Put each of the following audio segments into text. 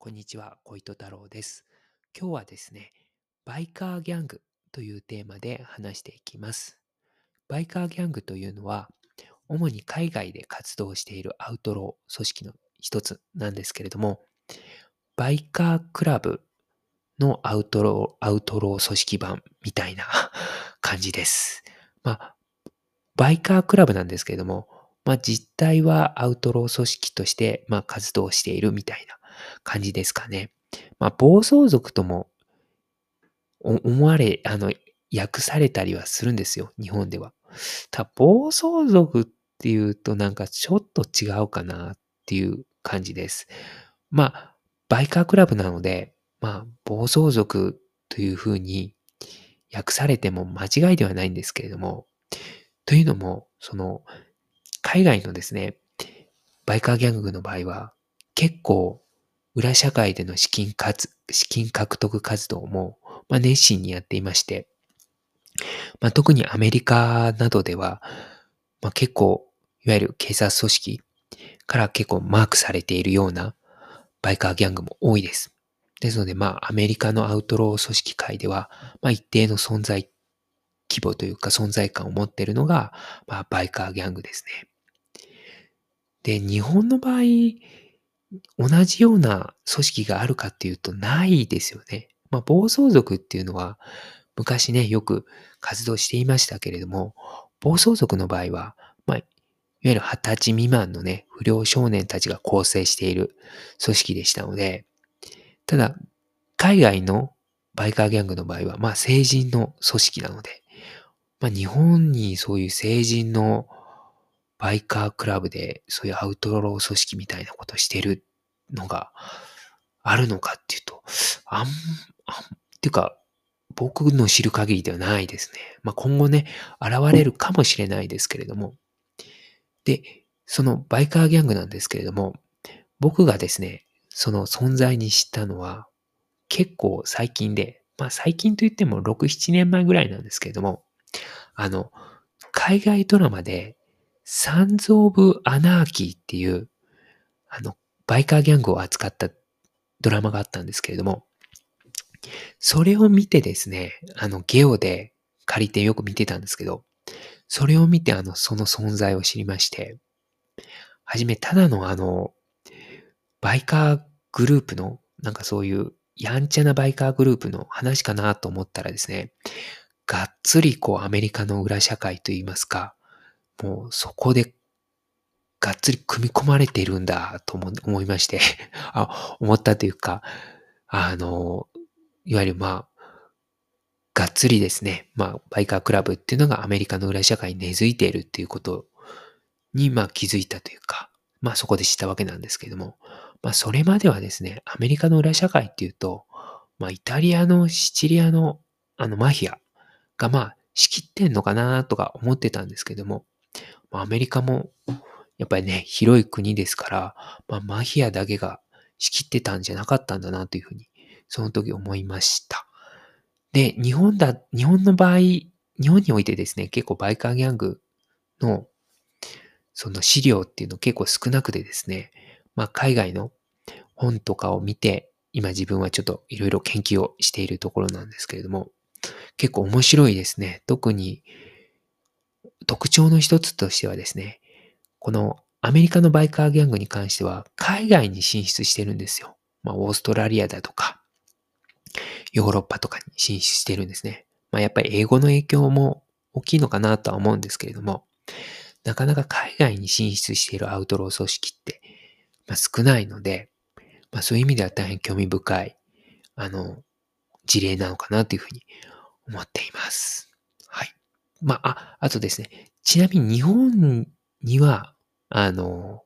こんにちは、小糸太郎です。今日はですね、バイカーギャングというテーマで話していきます。バイカーギャングというのは、主に海外で活動しているアウトロー組織の一つなんですけれども、バイカークラブのアウトロー組織版みたいな感じです。バイカークラブなんですけれども、実態はアウトロー組織として、活動しているみたいな感じですかね。暴走族とも思われ、訳されたりはするんですよ、日本では。暴走族っていうとなんかちょっと違うかなっていう感じです。まあ、バイカークラブなので、暴走族というふうに訳されても間違いではないんですけれども、というのも、海外のですね、バイカーギャングの場合は、結構、裏社会での資金獲得活動も、熱心にやっていまして、特にアメリカなどでは、結構、いわゆる警察組織から結構マークされているようなバイカーギャングも多いです。ですので、アメリカのアウトロー組織界では、一定の存在規模というか存在感を持っているのが、バイカーギャングですね。で、日本の場合、同じような組織があるかっていうとないですよね。暴走族っていうのは昔ね、よく活動していましたけれども、暴走族の場合は、いわゆる20歳未満のね、不良少年たちが構成している組織でしたので、ただ、海外のバイカーギャングの場合は、成人の組織なので、日本にそういう成人のバイカークラブで、そういうアウトロー組織みたいなことをしてるのがあるのかっていうと、あん、っていうか、僕の知る限りではないですね。今後ね、現れるかもしれないですけれども。で、そのバイカーギャングなんですけれども、僕がですね、その存在に知ったのは結構最近で、最近といっても6、7年前ぐらいなんですけれども、あの、海外ドラマで、サンズ・オブ・アナーキーっていう、あの、バイカーギャングを扱ったドラマがあったんですけれども、それを見てですね、ゲオで借りてよく見てたんですけど、それを見てその存在を知りまして、はじめただのバイカーグループの、なんかそういうやんちゃなバイカーグループの話かなと思ったらですね、がっつりアメリカの裏社会といいますか、もうそこでがっつり組み込まれているんだと思いまして、思ったというか、あの、いわゆるがっつりですね、バイカークラブっていうのがアメリカの裏社会に根付いているっていうことに、気づいたというか、そこで知ったわけなんですけれども、それまではですね、アメリカの裏社会っていうと、イタリアのシチリアのマフィアが仕切ってんのかなとか思ってたんですけども、アメリカもやっぱりね、広い国ですから、マフィアだけが仕切ってたんじゃなかったんだなというふうに、その時思いました。で、日本の場合、日本においてですね、結構バイカーギャングのその資料っていうの結構少なくてですね、海外の本とかを見て、今自分はちょっといろいろ研究をしているところなんですけれども、結構面白いですね。特に特徴の一つとしてはですね、このアメリカのバイカーギャングに関しては海外に進出してるんですよ。オーストラリアだとか、ヨーロッパとかに進出してるんですね。やっぱり英語の影響も大きいのかなとは思うんですけれども、なかなか海外に進出しているアウトロー組織って、少ないので、そういう意味では大変興味深い、あの、事例なのかなというふうに思っています。はい。あとですね、ちなみに日本には、あの、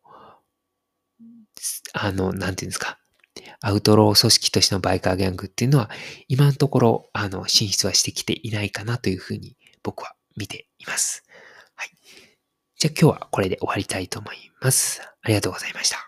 なんていうんですか、アウトロー組織としてのバイカーギャングっていうのは、今のところ、進出はしてきていないかなというふうに僕は見ています。はい。じゃあ今日はこれで終わりたいと思います。ありがとうございました。